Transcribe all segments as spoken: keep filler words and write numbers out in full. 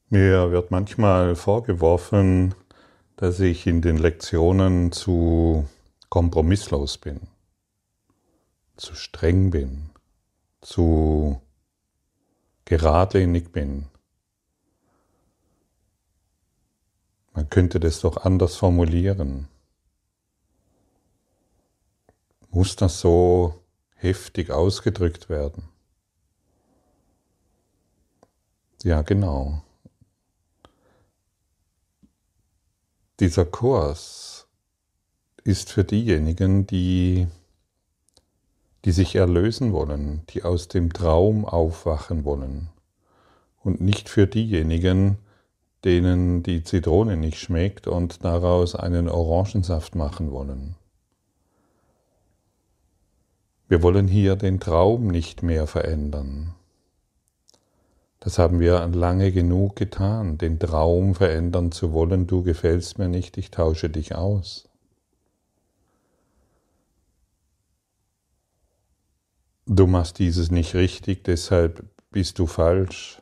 Mir wird manchmal vorgeworfen, dass ich in den Lektionen zu kompromisslos bin, zu streng bin, zu geradlinig bin. Man könnte das doch anders formulieren. Muss das so heftig ausgedrückt werden? Ja, genau. Dieser Kurs ist für diejenigen, die, die sich erlösen wollen, die aus dem Traum aufwachen wollen, und nicht für diejenigen, denen die Zitrone nicht schmeckt und daraus einen Orangensaft machen wollen. Wir wollen hier den Traum nicht mehr verändern. Das haben wir lange genug getan, den Traum verändern zu wollen. Du gefällst mir nicht, ich tausche dich aus. Du machst dieses nicht richtig, deshalb bist du falsch.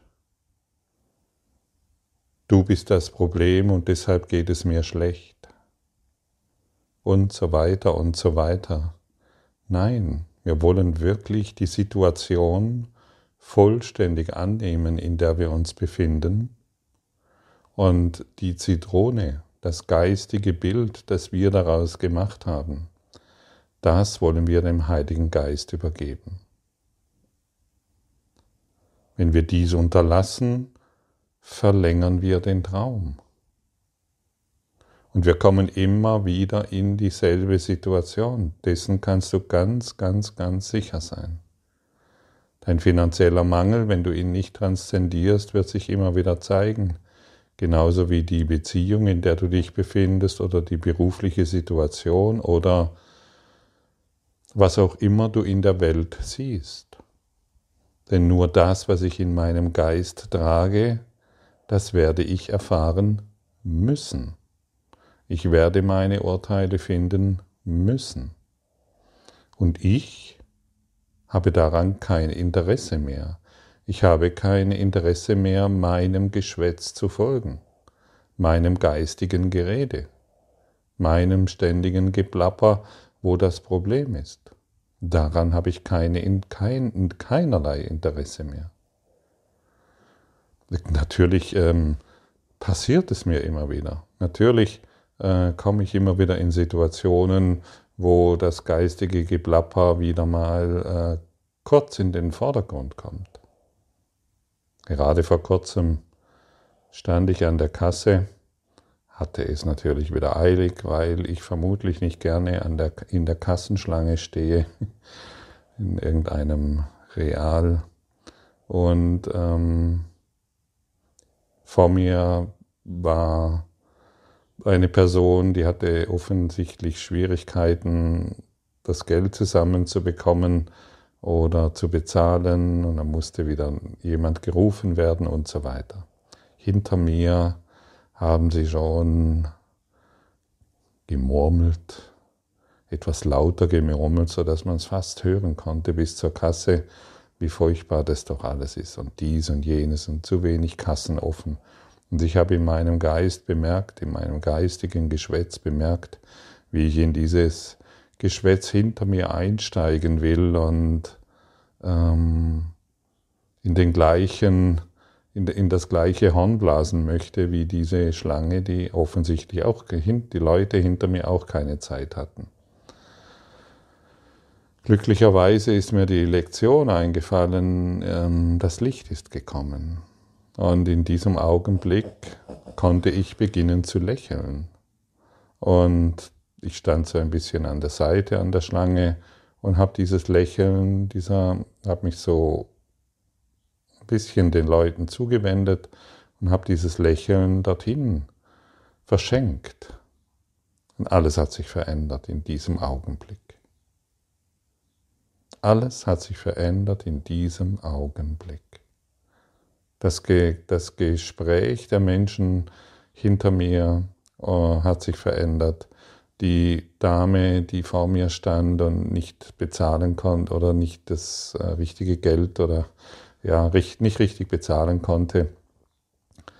Du bist das Problem und deshalb geht es mir schlecht. Und so weiter und so weiter. Nein, wir wollen wirklich die Situation vollständig annehmen, in der wir uns befinden, und die Zitrone, das geistige Bild, das wir daraus gemacht haben, das wollen wir dem Heiligen Geist übergeben. Wenn wir dies unterlassen, verlängern wir den Traum. Und wir kommen immer wieder in dieselbe Situation. Dessen kannst du ganz, ganz, ganz sicher sein. Dein finanzieller Mangel, wenn du ihn nicht transzendierst, wird sich immer wieder zeigen. Genauso wie die Beziehung, in der du dich befindest, oder die berufliche Situation oder was auch immer du in der Welt siehst. Denn nur das, was ich in meinem Geist trage, das werde ich erfahren müssen. Ich werde meine Urteile finden müssen. Und ich habe daran kein Interesse mehr. Ich habe kein Interesse mehr, meinem Geschwätz zu folgen, meinem geistigen Gerede, meinem ständigen Geplapper, wo das Problem ist. Daran habe ich keine, kein, keinerlei Interesse mehr. Natürlich ähm, passiert es mir immer wieder. Natürlich äh, komme ich immer wieder in Situationen, wo das geistige Geplapper wieder mal äh, kurz in den Vordergrund kommt. Gerade vor kurzem stand ich an der Kasse, hatte es natürlich wieder eilig, weil ich vermutlich nicht gerne an der, in der Kassenschlange stehe, in irgendeinem Real. Und ähm, vor mir war eine Person, die hatte offensichtlich Schwierigkeiten, das Geld zusammenzubekommen oder zu bezahlen, und dann musste wieder jemand gerufen werden und so weiter. Hinter mir haben sie schon gemurmelt, etwas lauter gemurmelt, sodass man es fast hören konnte bis zur Kasse, wie furchtbar das doch alles ist und dies und jenes und zu wenig Kassen offen. Und ich habe in meinem Geist bemerkt, in meinem geistigen Geschwätz bemerkt, wie ich in dieses Geschwätz hinter mir einsteigen will und ähm, in den gleichen, in, in das gleiche Horn blasen möchte wie diese Schlange, die offensichtlich auch, die Leute hinter mir auch keine Zeit hatten. Glücklicherweise ist mir die Lektion eingefallen, ähm, das Licht ist gekommen. Und in diesem Augenblick konnte ich beginnen zu lächeln. Und ich stand so ein bisschen an der Seite an der Schlange und habe dieses Lächeln, dieser, habe mich so ein bisschen den Leuten zugewendet und habe dieses Lächeln dorthin verschenkt. Und alles hat sich verändert in diesem Augenblick. Alles hat sich verändert in diesem Augenblick. Das, Ge- das Gespräch der Menschen hinter mir äh, hat sich verändert. Die Dame, die vor mir stand und nicht bezahlen konnte oder nicht das äh, richtige Geld oder ja, richt, nicht richtig bezahlen konnte,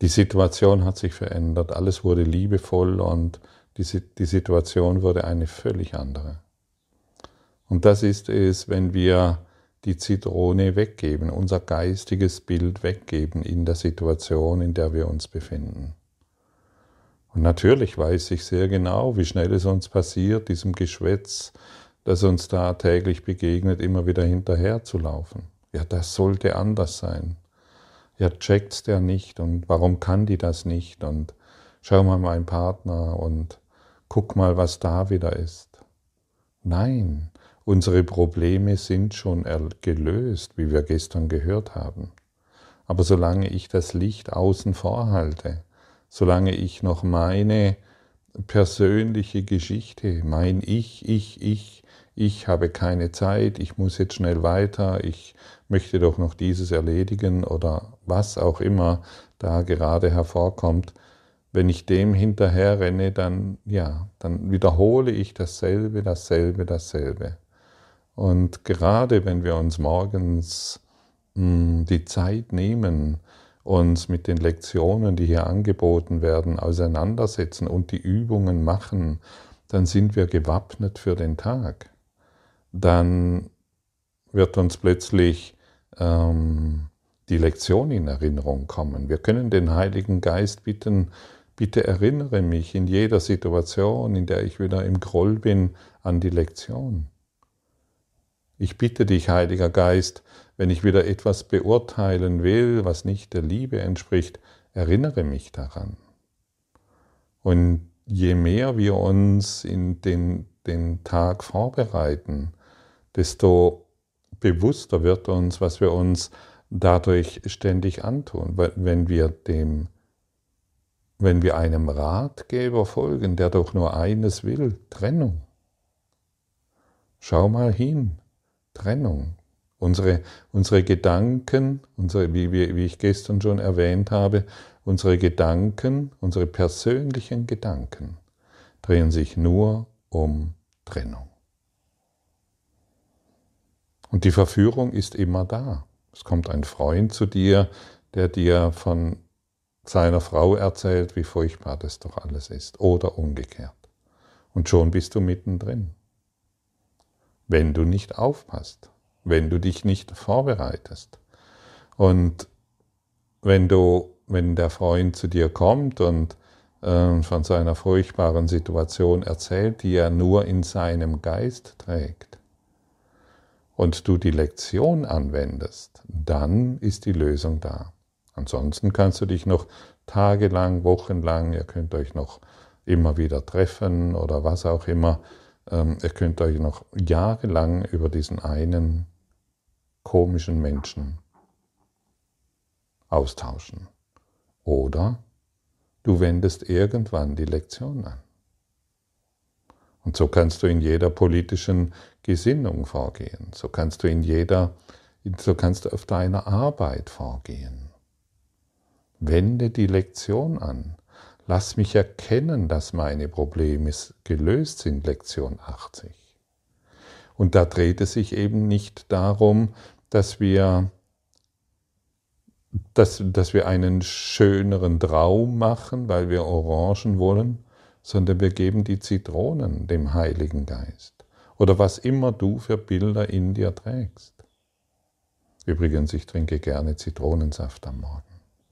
Die Situation hat sich verändert, alles wurde liebevoll und die, die Situation wurde eine völlig andere. Und das ist es, wenn wir die Zitrone weggeben, unser geistiges Bild weggeben in der Situation, in der wir uns befinden. Und natürlich weiß ich sehr genau, wie schnell es uns passiert, diesem Geschwätz, das uns da täglich begegnet, immer wieder hinterher zu laufen. Ja, das sollte anders sein. Ja, checkt's der nicht und warum kann die das nicht und schau mal meinen Partner und guck mal, was da wieder ist. Nein, unsere Probleme sind schon gelöst, wie wir gestern gehört haben. Aber solange ich das Licht außen vor halte, solange ich noch meine persönliche Geschichte, mein Ich, ich, ich, ich habe keine Zeit, ich muss jetzt schnell weiter, ich möchte doch noch dieses erledigen oder was auch immer da gerade hervorkommt, wenn ich dem hinterher renne, dann, ja, dann wiederhole ich dasselbe, dasselbe, dasselbe. Und gerade wenn wir uns morgens mh, die Zeit nehmen, uns mit den Lektionen, die hier angeboten werden, auseinandersetzen und die Übungen machen, dann sind wir gewappnet für den Tag. Dann wird uns plötzlich ähm, die Lektion in Erinnerung kommen. Wir können den Heiligen Geist bitten, bitte erinnere mich in jeder Situation, in der ich wieder im Groll bin, an die Lektion. Ich bitte dich, Heiliger Geist, wenn ich wieder etwas beurteilen will, was nicht der Liebe entspricht, erinnere mich daran. Und je mehr wir uns in den, den Tag vorbereiten, desto bewusster wird uns, was wir uns dadurch ständig antun. Wenn wir dem, wenn wir einem Ratgeber folgen, der doch nur eines will, Trennung. Schau mal hin, Trennung. Unsere, unsere Gedanken, unsere, wie, wie, wie ich gestern schon erwähnt habe, unsere Gedanken, unsere persönlichen Gedanken drehen sich nur um Trennung. Und die Verführung ist immer da. Es kommt ein Freund zu dir, der dir von seiner Frau erzählt, wie furchtbar das doch alles ist, oder umgekehrt. Und schon bist du mittendrin. Wenn du nicht aufpasst, wenn du dich nicht vorbereitest. Und wenn du, wenn der Freund zu dir kommt und äh, von seiner furchtbaren Situation erzählt, die er nur in seinem Geist trägt, und du die Lektion anwendest, dann ist die Lösung da. Ansonsten kannst du dich noch tagelang, wochenlang, ihr könnt euch noch immer wieder treffen oder was auch immer, ähm, ihr könnt euch noch jahrelang über diesen einen komischen Menschen austauschen. Oder du wendest irgendwann die Lektion an. Und so kannst du in jeder politischen Gesinnung vorgehen. So kannst du in jeder, so kannst du auf deiner Arbeit vorgehen. Wende die Lektion an. Lass mich erkennen, dass meine Probleme gelöst sind, Lektion achtzig. Und da dreht es sich eben nicht darum, dass wir, dass, dass wir einen schöneren Traum machen, weil wir Orangen wollen, sondern wir geben die Zitronen dem Heiligen Geist. Oder was immer du für Bilder in dir trägst. Übrigens, ich trinke gerne Zitronensaft am Morgen.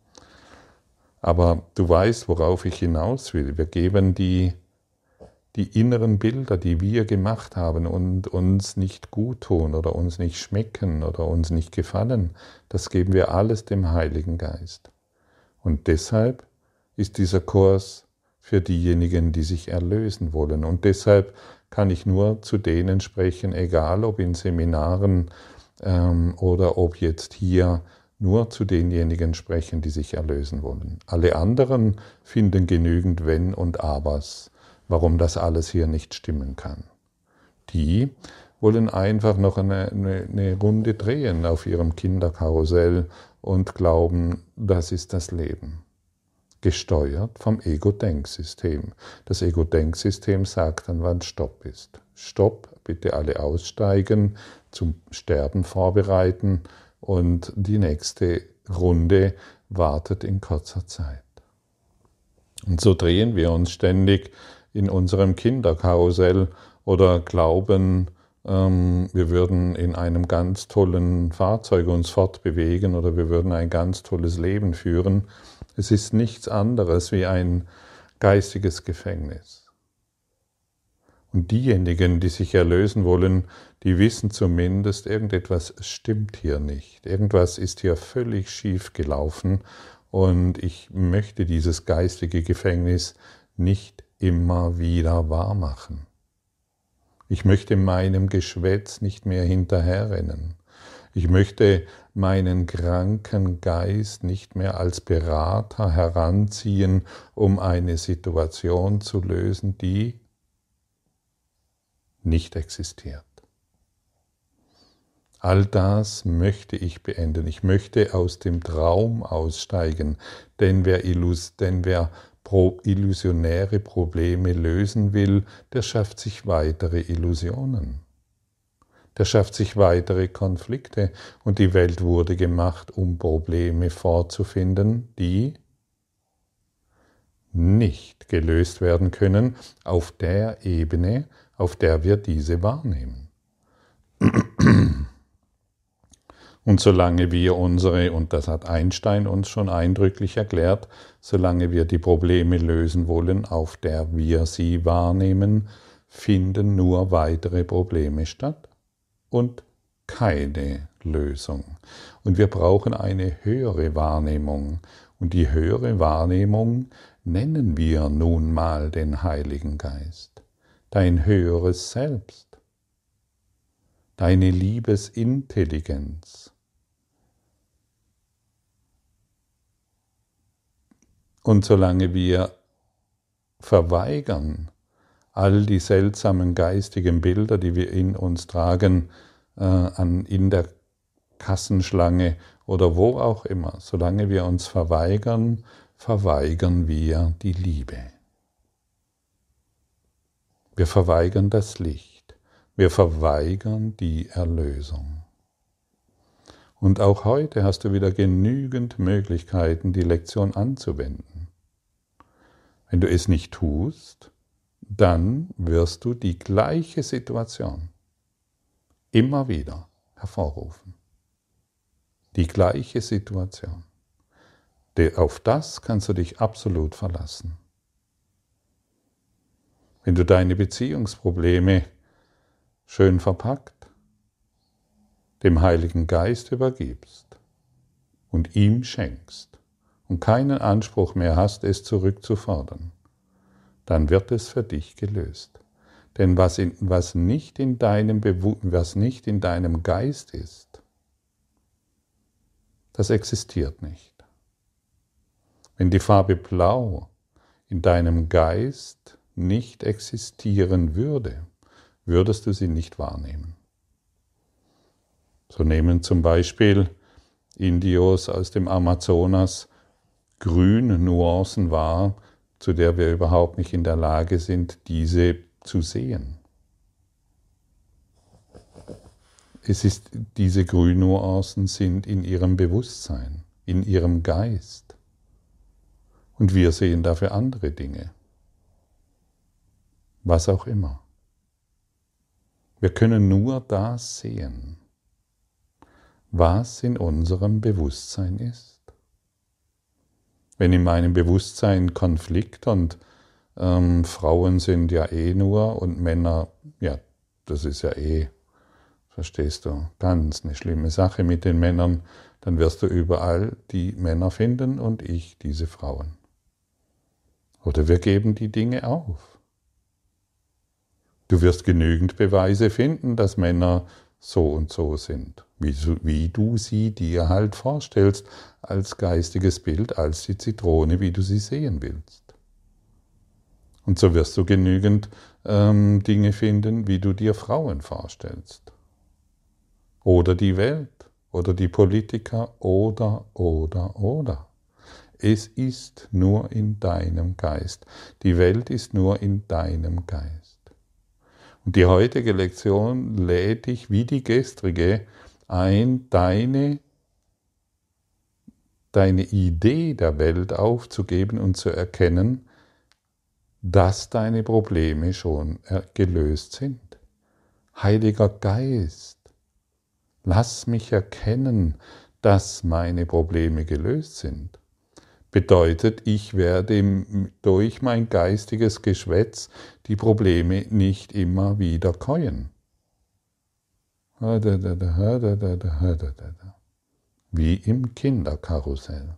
Aber du weißt, worauf ich hinaus will. Wir geben die, die inneren Bilder, die wir gemacht haben und uns nicht gut tun oder uns nicht schmecken oder uns nicht gefallen, das geben wir alles dem Heiligen Geist. Und deshalb ist dieser Kurs für diejenigen, die sich erlösen wollen. Und deshalb kann ich nur zu denen sprechen, egal ob in Seminaren ähm, oder ob jetzt hier, nur zu denjenigen sprechen, die sich erlösen wollen. Alle anderen finden genügend Wenn und Abers, warum das alles hier nicht stimmen kann. Die wollen einfach noch eine, eine, eine Runde drehen auf ihrem Kinderkarussell und glauben, das ist das Leben. Gesteuert vom Ego-Denksystem. Das Ego-Denksystem sagt dann, wann Stopp ist. Stopp, bitte alle aussteigen, zum Sterben vorbereiten und die nächste Runde wartet in kurzer Zeit. Und so drehen wir uns ständig in unserem Kinderkarussell oder glauben, ähm, wir würden in einem ganz tollen Fahrzeug uns fortbewegen oder wir würden ein ganz tolles Leben führen. Es ist nichts anderes wie ein geistiges Gefängnis. Und diejenigen, die sich erlösen wollen, die wissen zumindest, irgendetwas stimmt hier nicht. Irgendwas ist hier völlig schief gelaufen und ich möchte dieses geistige Gefängnis nicht immer wieder wahrmachen. Ich möchte meinem Geschwätz nicht mehr hinterherrennen. Ich möchte meinen kranken Geist nicht mehr als Berater heranziehen, um eine Situation zu lösen, die nicht existiert. All das möchte ich beenden. Ich möchte aus dem Traum aussteigen, denn wer, Illus, denn wer illusionäre Probleme lösen will, der schafft sich weitere Illusionen. Der schafft sich weitere Konflikte und die Welt wurde gemacht, um Probleme vorzufinden, die nicht gelöst werden können auf der Ebene, auf der wir diese wahrnehmen. Und solange wir unsere, und das hat Einstein uns schon eindrücklich erklärt, solange wir die Probleme lösen wollen, auf der wir sie wahrnehmen, finden nur weitere Probleme statt und keine Lösung. Und wir brauchen eine höhere Wahrnehmung. Und die höhere Wahrnehmung nennen wir nun mal den Heiligen Geist. Dein höheres Selbst, deine Liebesintelligenz. Und solange wir verweigern, all die seltsamen geistigen Bilder, die wir in uns tragen, äh, an, in der Kassenschlange oder wo auch immer, solange wir uns verweigern, verweigern wir die Liebe. Wir verweigern das Licht. Wir verweigern die Erlösung. Und auch heute hast du wieder genügend Möglichkeiten, die Lektion anzuwenden. Wenn du es nicht tust, dann wirst du die gleiche Situation immer wieder hervorrufen. Die gleiche Situation. Auf das kannst du dich absolut verlassen. Wenn du deine Beziehungsprobleme schön verpackt dem Heiligen Geist übergibst und ihm schenkst und keinen Anspruch mehr hast, es zurückzufordern, dann wird es für dich gelöst. Denn was, in, was, nicht in deinem Bewu- was nicht in deinem Geist ist, das existiert nicht. Wenn die Farbe Blau in deinem Geist nicht existieren würde, würdest du sie nicht wahrnehmen. So nehmen zum Beispiel Indios aus dem Amazonas Grün-Nuancen wahr, zu der wir überhaupt nicht in der Lage sind, diese zu sehen. Es ist, diese Grün-Nuancen sind in ihrem Bewusstsein, in ihrem Geist. Und wir sehen dafür andere Dinge. Was auch immer. Wir können nur das sehen, was in unserem Bewusstsein ist. Wenn in meinem Bewusstsein Konflikt und ähm, Frauen sind ja eh nur und Männer, ja, das ist ja eh, verstehst du, ganz eine schlimme Sache mit den Männern, dann wirst du überall die Männer finden und ich diese Frauen. Oder wir geben die Dinge auf. Du wirst genügend Beweise finden, dass Männer so und so sind, wie, wie du sie dir halt vorstellst, als geistiges Bild, als die Zitrone, wie du sie sehen willst. Und so wirst du genügend ähm, Dinge finden, wie du dir Frauen vorstellst. Oder die Welt, oder die Politiker, oder, oder, oder. Es ist nur in deinem Geist. Die Welt ist nur in deinem Geist. Und die heutige Lektion lädt dich wie die gestrige ein, deine, deine Idee der Welt aufzugeben und zu erkennen, dass deine Probleme schon gelöst sind. Heiliger Geist, lass mich erkennen, dass meine Probleme gelöst sind. Bedeutet, ich werde durch mein geistiges Geschwätz die Probleme nicht immer wieder käuen. Wie im Kinderkarussell.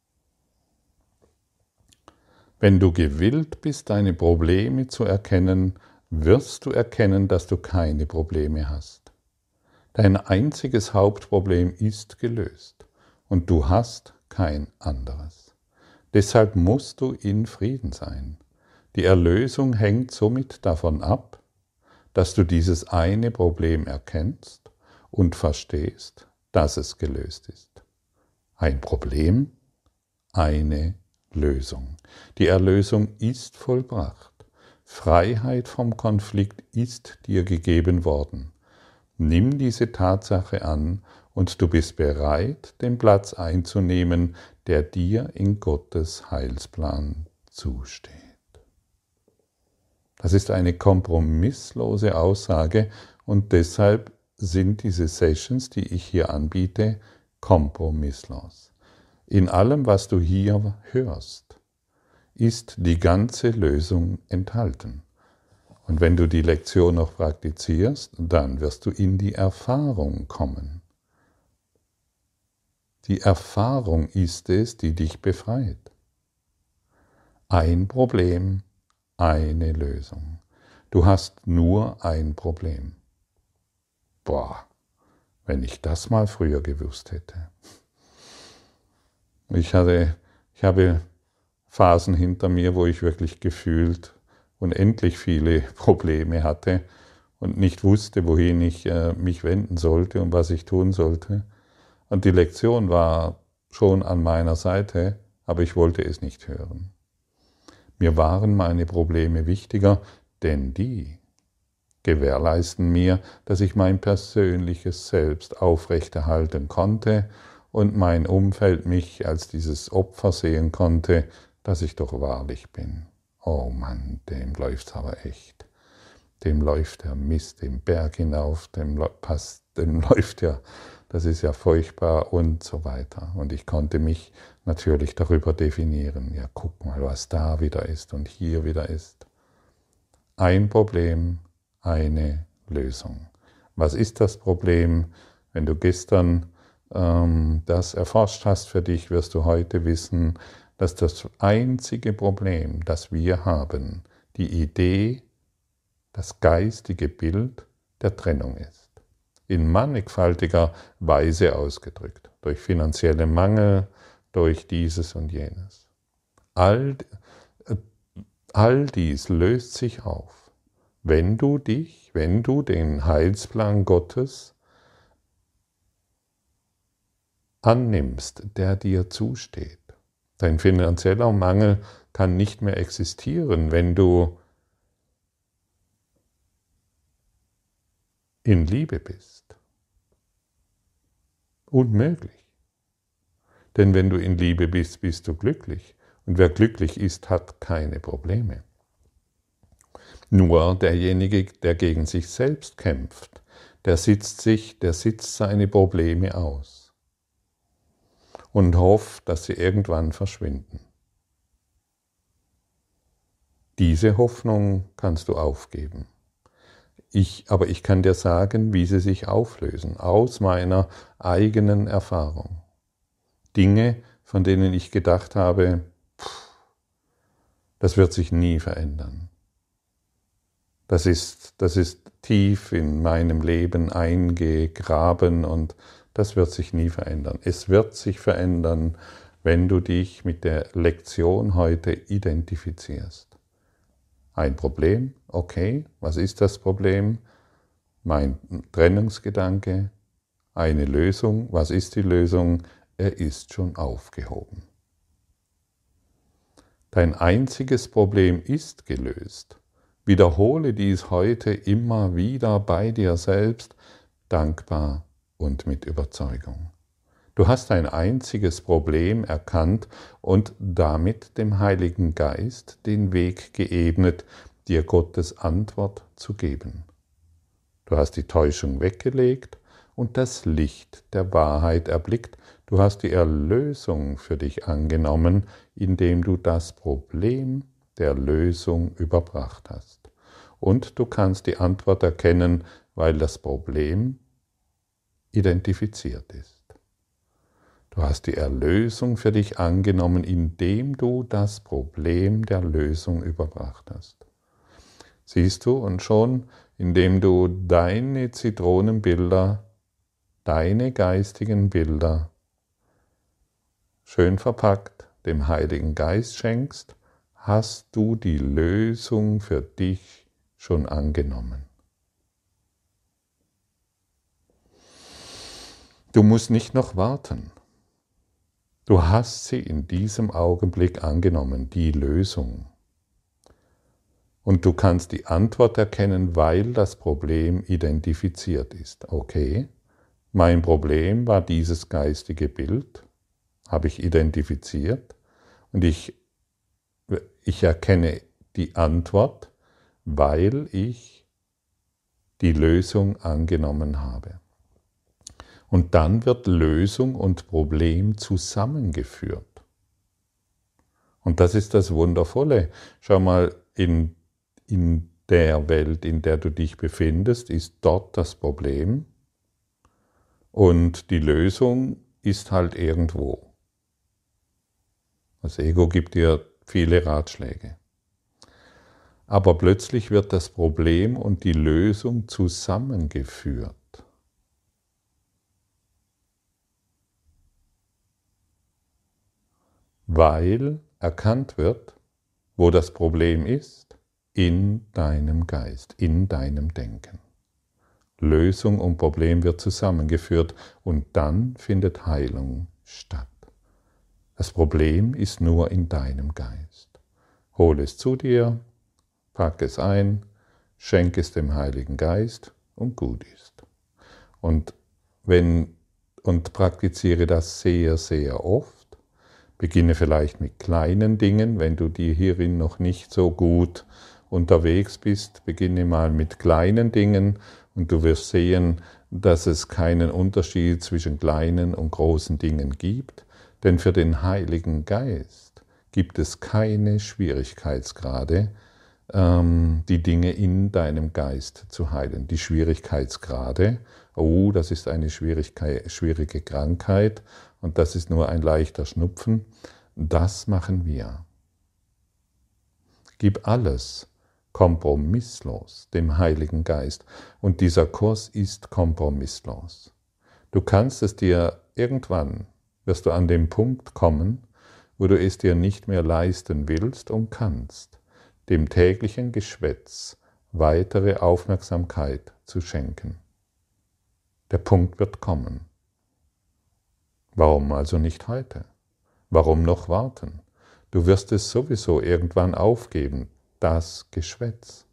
Wenn du gewillt bist, deine Probleme zu erkennen, wirst du erkennen, dass du keine Probleme hast. Dein einziges Hauptproblem ist gelöst und du hast kein anderes. Deshalb musst du in Frieden sein. Die Erlösung hängt somit davon ab, dass du dieses eine Problem erkennst und verstehst, dass es gelöst ist. Ein Problem, eine Lösung. Die Erlösung ist vollbracht. Freiheit vom Konflikt ist dir gegeben worden. Nimm diese Tatsache an und du bist bereit, den Platz einzunehmen, der dir in Gottes Heilsplan zusteht. Das ist eine kompromisslose Aussage und deshalb sind diese Sessions, die ich hier anbiete, kompromisslos. In allem, was du hier hörst, ist die ganze Lösung enthalten. Und wenn du die Lektion noch praktizierst, dann wirst du in die Erfahrung kommen. Die Erfahrung ist es, die dich befreit. Ein Problem, eine Lösung. Du hast nur ein Problem. Boah, wenn ich das mal früher gewusst hätte. Ich hatte, ich habe Phasen hinter mir, wo ich wirklich gefühlt unendlich viele Probleme hatte und nicht wusste, wohin ich äh, mich wenden sollte und was ich tun sollte. Und die Lektion war schon an meiner Seite, aber ich wollte es nicht hören. Mir waren meine Probleme wichtiger, denn die gewährleisten mir, dass ich mein persönliches Selbst aufrechterhalten konnte und mein Umfeld mich als dieses Opfer sehen konnte, das ich doch wahrlich bin. Oh Mann, dem läuft's aber echt. Dem läuft der Mist den Berg hinauf, dem, passt, dem läuft ja, das ist ja furchtbar und so weiter. Und ich konnte mich natürlich darüber definieren. Ja, guck mal, was da wieder ist und hier wieder ist. Ein Problem, eine Lösung. Was ist das Problem? Wenn du gestern ähm, das erforscht hast für dich, wirst du heute wissen, dass das einzige Problem, das wir haben, die Idee, das geistige Bild der Trennung ist. In mannigfaltiger Weise ausgedrückt. Durch finanziellen Mangel, durch dieses und jenes. All, all dies löst sich auf, wenn du dich, wenn du den Heilsplan Gottes annimmst, der dir zusteht. Dein finanzieller Mangel kann nicht mehr existieren, wenn du in Liebe bist. Unmöglich. Denn wenn du in Liebe bist, bist du glücklich. Und wer glücklich ist, hat keine Probleme. Nur derjenige, der gegen sich selbst kämpft, der sitzt sich, der sitzt seine Probleme aus und hofft, dass sie irgendwann verschwinden. Diese Hoffnung kannst du aufgeben. Ich, aber ich kann dir sagen, wie sie sich auflösen, aus meiner eigenen Erfahrung. Dinge, von denen ich gedacht habe, pff, das wird sich nie verändern. Das ist, das ist tief in meinem Leben eingegraben und das wird sich nie verändern. Es wird sich verändern, wenn du dich mit der Lektion heute identifizierst. Ein Problem, okay, was ist das Problem? Mein Trennungsgedanke, eine Lösung, was ist die Lösung? Er ist schon aufgehoben. Dein einziges Problem ist gelöst. Wiederhole dies heute immer wieder bei dir selbst, dankbar und mit Überzeugung. Du hast ein einziges Problem erkannt und damit dem Heiligen Geist den Weg geebnet, dir Gottes Antwort zu geben. Du hast die Täuschung weggelegt und das Licht der Wahrheit erblickt. Du hast die Erlösung für dich angenommen, indem du das Problem der Lösung überbracht hast. Und du kannst die Antwort erkennen, weil das Problem identifiziert ist. Du hast die Erlösung für dich angenommen, indem du das Problem der Lösung überbracht hast. Siehst du, und schon, indem du deine Zitronenbilder, deine geistigen Bilder, schön verpackt, dem Heiligen Geist schenkst, hast du die Lösung für dich schon angenommen. Du musst nicht noch warten. Du hast sie in diesem Augenblick angenommen, die Lösung. Und du kannst die Antwort erkennen, weil das Problem identifiziert ist. Okay, mein Problem war dieses geistige Bild, habe ich identifiziert, und ich, ich erkenne die Antwort, weil ich die Lösung angenommen habe. Und dann wird Lösung und Problem zusammengeführt. Und das ist das Wundervolle. Schau mal, in, in der Welt, in der du dich befindest, ist dort das Problem und die Lösung ist halt irgendwo. Das Ego gibt dir viele Ratschläge. Aber plötzlich wird das Problem und die Lösung zusammengeführt. Weil erkannt wird, wo das Problem ist, in deinem Geist, in deinem Denken. Lösung und Problem wird zusammengeführt und dann findet Heilung statt. Das Problem ist nur in deinem Geist. Hol es zu dir, pack es ein, schenk es dem Heiligen Geist und gut ist. Und, wenn, und praktiziere das sehr, sehr oft. Beginne vielleicht mit kleinen Dingen, wenn du dir hierin noch nicht so gut unterwegs bist. Beginne mal mit kleinen Dingen und du wirst sehen, dass es keinen Unterschied zwischen kleinen und großen Dingen gibt. Denn für den Heiligen Geist gibt es keine Schwierigkeitsgrade, ähm, die Dinge in deinem Geist zu heilen. Die Schwierigkeitsgrade, oh, das ist eine schwierige Krankheit, und das ist nur ein leichter Schnupfen, das machen wir. Gib alles kompromisslos dem Heiligen Geist. Und dieser Kurs ist kompromisslos. Du kannst es dir irgendwann, wirst du an den Punkt kommen, wo du es dir nicht mehr leisten willst und kannst, dem täglichen Geschwätz weitere Aufmerksamkeit zu schenken. Der Punkt wird kommen. Warum also nicht heute? Warum noch warten? Du wirst es sowieso irgendwann aufgeben, das Geschwätz.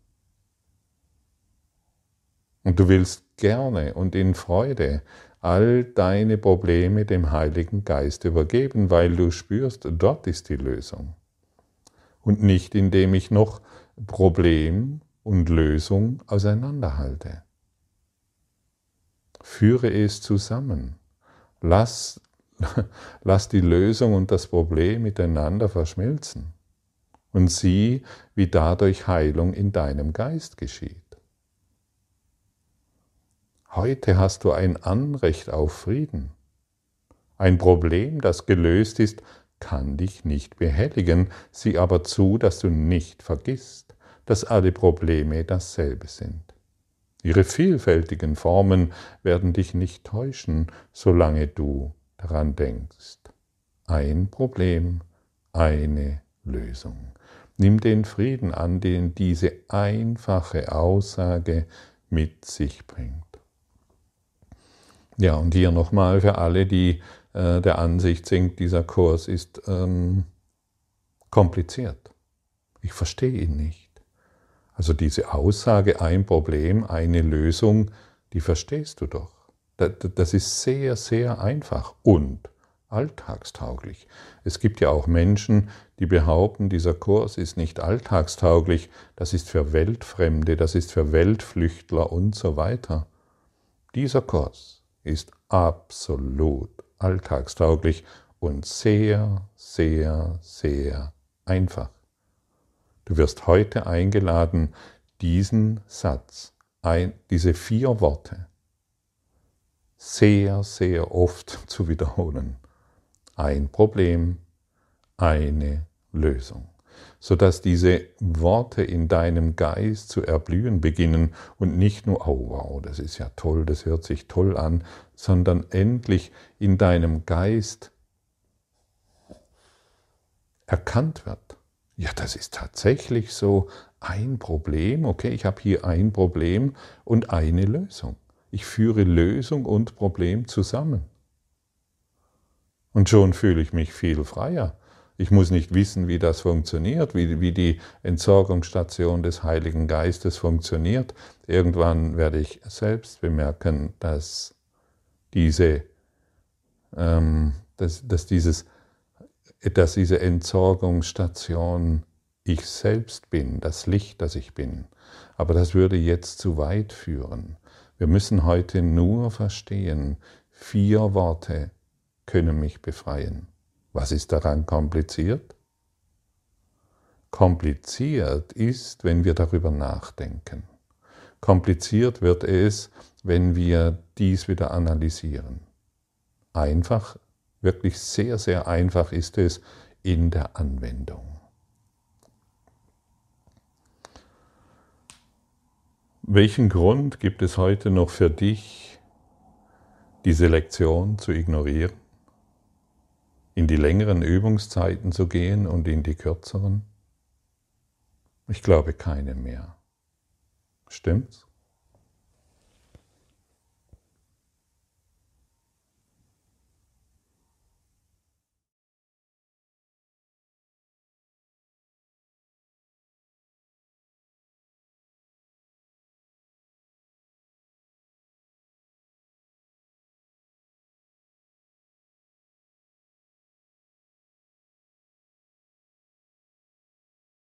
Und du willst gerne und in Freude all deine Probleme dem Heiligen Geist übergeben, weil du spürst, dort ist die Lösung. Und nicht, indem ich noch Problem und Lösung auseinanderhalte. Führe es zusammen. Lass Lass die Lösung und das Problem miteinander verschmilzen und sieh, wie dadurch Heilung in deinem Geist geschieht. Heute hast du ein Anrecht auf Frieden. Ein Problem, das gelöst ist, kann dich nicht behelligen, sieh aber zu, dass du nicht vergisst, dass alle Probleme dasselbe sind. Ihre vielfältigen Formen werden dich nicht täuschen, solange du daran denkst. Ein Problem, eine Lösung. Nimm den Frieden an, den diese einfache Aussage mit sich bringt. Ja, und hier nochmal für alle, die äh, der Ansicht sind, dieser Kurs ist ähm, kompliziert. Ich verstehe ihn nicht. Also diese Aussage, ein Problem, eine Lösung, die verstehst du doch. Das ist sehr, sehr einfach und alltagstauglich. Es gibt ja auch Menschen, die behaupten, dieser Kurs ist nicht alltagstauglich, das ist für Weltfremde, das ist für Weltflüchtler und so weiter. Dieser Kurs ist absolut alltagstauglich und sehr, sehr, sehr einfach. Du wirst heute eingeladen, diesen Satz, ein, diese vier Worte, sehr, sehr oft zu wiederholen. Ein Problem, eine Lösung. Sodass diese Worte in deinem Geist zu erblühen beginnen und nicht nur, oh wow, das ist ja toll, das hört sich toll an, sondern endlich in deinem Geist erkannt wird. Ja, das ist tatsächlich so ein Problem, okay, ich habe hier ein Problem und eine Lösung. Ich führe Lösung und Problem zusammen. Und schon fühle ich mich viel freier. Ich muss nicht wissen, wie das funktioniert, wie, wie die Entsorgungsstation des Heiligen Geistes funktioniert. Irgendwann werde ich selbst bemerken, dass diese, ähm, dass, dass, dieses, dass diese Entsorgungsstation ich selbst bin, das Licht, das ich bin. Aber das würde jetzt zu weit führen. Wir müssen heute nur verstehen, vier Worte können mich befreien. Was ist daran kompliziert? Kompliziert ist, wenn wir darüber nachdenken. Kompliziert wird es, wenn wir dies wieder analysieren. Einfach, wirklich sehr, sehr einfach ist es in der Anwendung. Welchen Grund gibt es heute noch für dich, diese Lektion zu ignorieren? In die längeren Übungszeiten zu gehen und in die kürzeren? Ich glaube keine mehr. Stimmt's?